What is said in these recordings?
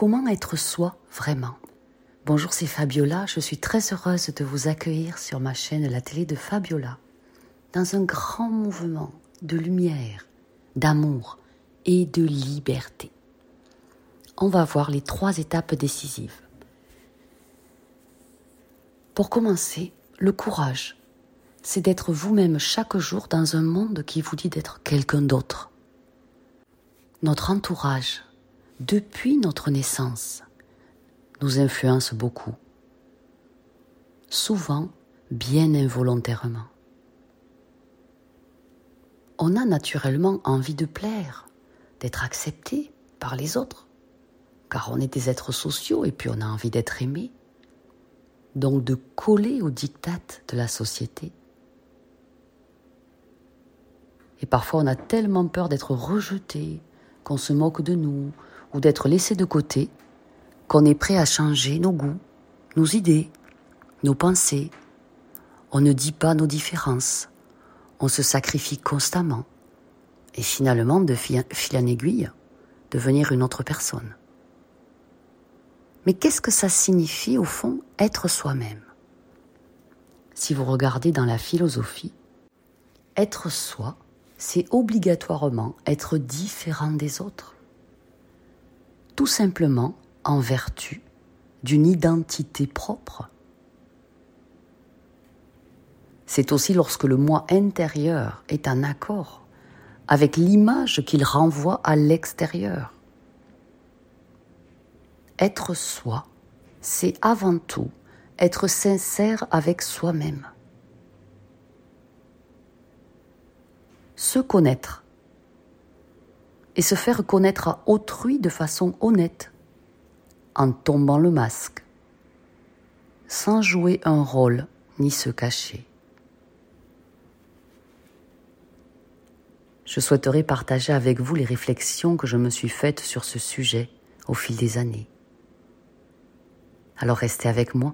comment être soi vraiment. Bonjour, c'est Fabiola, je suis très heureuse de vous accueillir sur ma chaîne La Télé de Fabiola, dans un grand mouvement de lumière, d'amour et de liberté. On va voir les 3 étapes décisives. Pour commencer, le courage, c'est d'être vous-même chaque jour dans un monde qui vous dit d'être quelqu'un d'autre. Notre entourage, depuis notre naissance, nous influence beaucoup, souvent bien involontairement. On a naturellement envie de plaire, d'être accepté par les autres, car on est des êtres sociaux et puis on a envie d'être aimé, donc de coller aux diktats de la société. Et parfois on a tellement peur d'être rejeté, qu'on se moque de nous ou d'être laissé de côté, qu'on est prêt à changer nos goûts, nos idées, nos pensées. On ne dit pas nos différences. On se sacrifie constamment. Et finalement, de fil en aiguille, devenir une autre personne. Mais qu'est-ce que ça signifie, au fond, être soi-même ? Si vous regardez dans la philosophie, être soi, c'est obligatoirement être différent des autres. Tout simplement en vertu d'une identité propre. C'est aussi lorsque le moi intérieur est en accord avec l'image qu'il renvoie à l'extérieur. Être soi, c'est avant tout être sincère avec soi-même. Se connaître et se faire connaître à autrui de façon honnête, en tombant le masque, sans jouer un rôle ni se cacher. Je souhaiterais partager avec vous les réflexions que je me suis faites sur ce sujet au fil des années. Alors restez avec moi.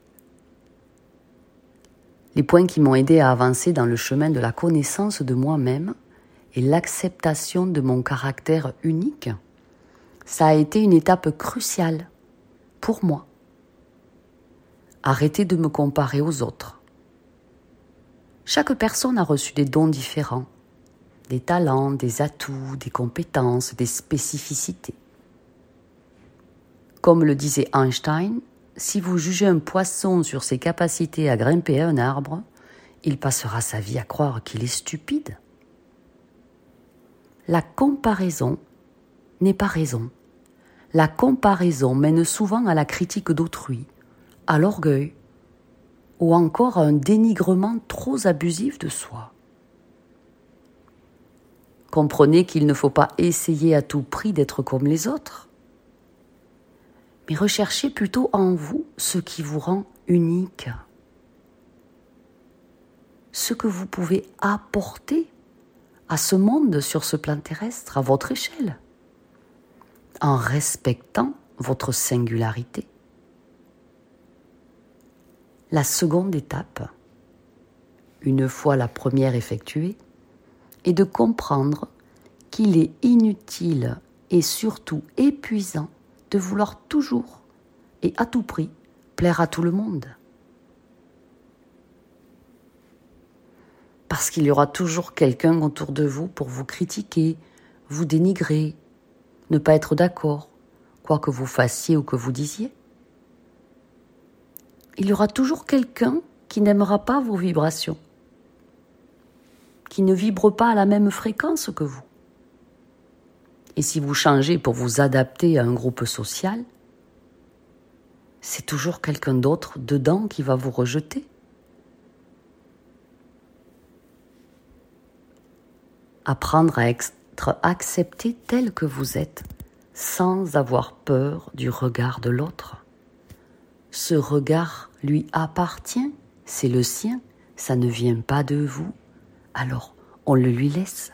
Les points qui m'ont aidé à avancer dans le chemin de la connaissance de moi-même et l'acceptation de mon caractère unique, ça a été une étape cruciale pour moi. Arrêtez de me comparer aux autres. Chaque personne a reçu des dons différents, des talents, des atouts, des compétences, des spécificités. Comme le disait Einstein, si vous jugez un poisson sur ses capacités à grimper à un arbre, il passera sa vie à croire qu'il est stupide. La comparaison n'est pas raison. La comparaison mène souvent à la critique d'autrui, à l'orgueil, ou encore à un dénigrement trop abusif de soi. Comprenez qu'il ne faut pas essayer à tout prix d'être comme les autres, mais recherchez plutôt en vous ce qui vous rend unique, ce que vous pouvez apporter à ce monde sur ce plan terrestre, à votre échelle, en respectant votre singularité. La seconde étape, une fois la première effectuée, est de comprendre qu'il est inutile et surtout épuisant de vouloir toujours et à tout prix plaire à tout le monde. Parce qu'il y aura toujours quelqu'un autour de vous pour vous critiquer, vous dénigrer, ne pas être d'accord, quoi que vous fassiez ou que vous disiez. Il y aura toujours quelqu'un qui n'aimera pas vos vibrations, qui ne vibre pas à la même fréquence que vous. Et si vous changez pour vous adapter à un groupe social, c'est toujours quelqu'un d'autre dedans qui va vous rejeter. Apprendre à être accepté tel que vous êtes, sans avoir peur du regard de l'autre. Ce regard lui appartient, c'est le sien, ça ne vient pas de vous, alors on le lui laisse.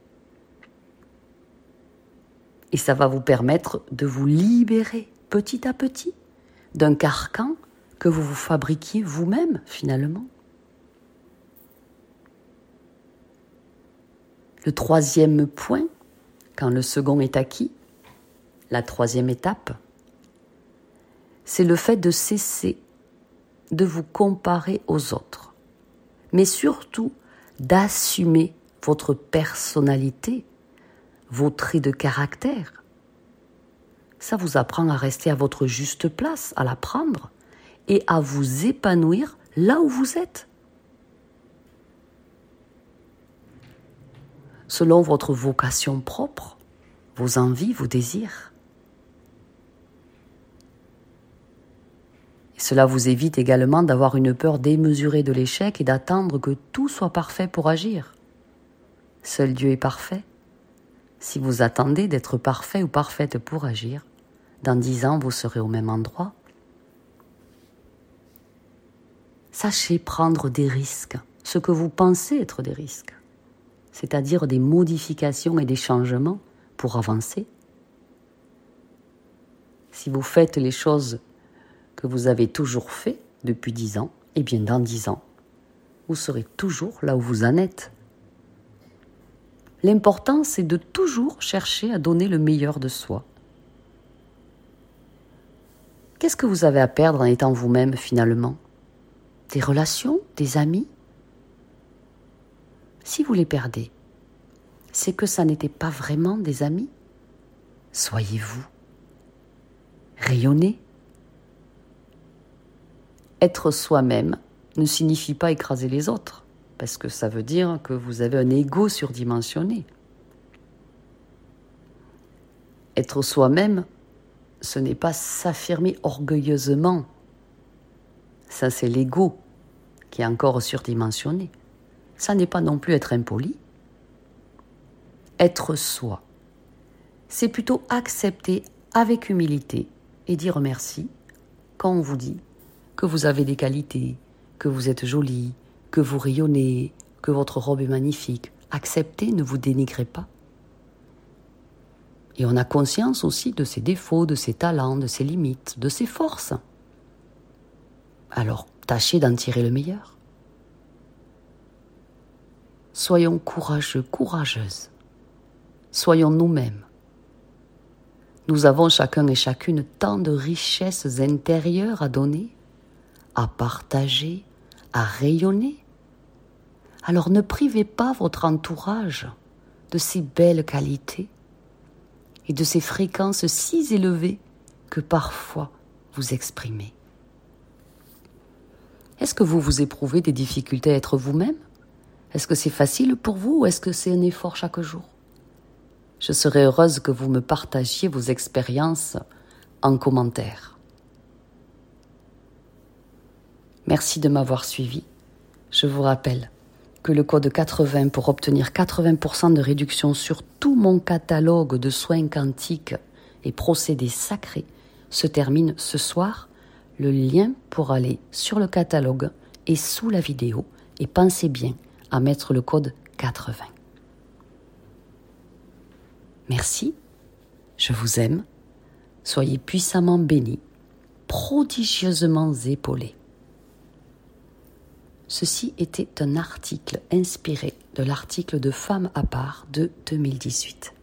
Et ça va vous permettre de vous libérer petit à petit d'un carcan que vous vous fabriquiez vous-même finalement. Le troisième point, quand le second est acquis, la troisième étape, c'est le fait de cesser de vous comparer aux autres, mais surtout d'assumer votre personnalité, vos traits de caractère. Ça vous apprend à rester à votre juste place, à la prendre et à vous épanouir là où vous êtes. Selon votre vocation propre, vos envies, vos désirs. Et cela vous évite également d'avoir une peur démesurée de l'échec et d'attendre que tout soit parfait pour agir. Seul Dieu est parfait. Si vous attendez d'être parfait ou parfaite pour agir, dans 10 ans, vous serez au même endroit. Sachez prendre des risques, ce que vous pensez être des risques, c'est-à-dire des modifications et des changements pour avancer. Si vous faites les choses que vous avez toujours fait depuis 10 ans, eh bien dans 10 ans, vous serez toujours là où vous en êtes. L'important, c'est de toujours chercher à donner le meilleur de soi. Qu'est-ce que vous avez à perdre en étant vous-même finalement ? Des relations, des amis ? Si vous les perdez, c'est que ça n'était pas vraiment des amis. Soyez vous. Rayonnez. Être soi-même ne signifie pas écraser les autres, parce que ça veut dire que vous avez un ego surdimensionné. Être soi-même, ce n'est pas s'affirmer orgueilleusement. Ça, c'est l'ego qui est encore surdimensionné. Ça n'est pas non plus être impoli. Être soi, c'est plutôt accepter avec humilité et dire merci quand on vous dit que vous avez des qualités, que vous êtes jolie, que vous rayonnez, que votre robe est magnifique. Acceptez, ne vous dénigrez pas. Et on a conscience aussi de ses défauts, de ses talents, de ses limites, de ses forces. Alors, tâchez d'en tirer le meilleur. Soyons courageux, courageuses. Soyons nous-mêmes. Nous avons chacun et chacune tant de richesses intérieures à donner, à partager, à rayonner. Alors ne privez pas votre entourage de ces belles qualités et de ces fréquences si élevées que parfois vous exprimez. Est-ce que vous éprouvez des difficultés à être vous-même ? Est-ce que c'est facile pour vous ou est-ce que c'est un effort chaque jour ? Je serais heureuse que vous me partagiez vos expériences en commentaire. Merci de m'avoir suivi. Je vous rappelle que le code 80 pour obtenir 80% de réduction sur tout mon catalogue de soins quantiques et procédés sacrés se termine ce soir. Le lien pour aller sur le catalogue est sous la vidéo et pensez bien à mettre le code 80. Merci, je vous aime, soyez puissamment bénis, prodigieusement épaulés. Ceci était un article inspiré de l'article de Femmes à part de 2018.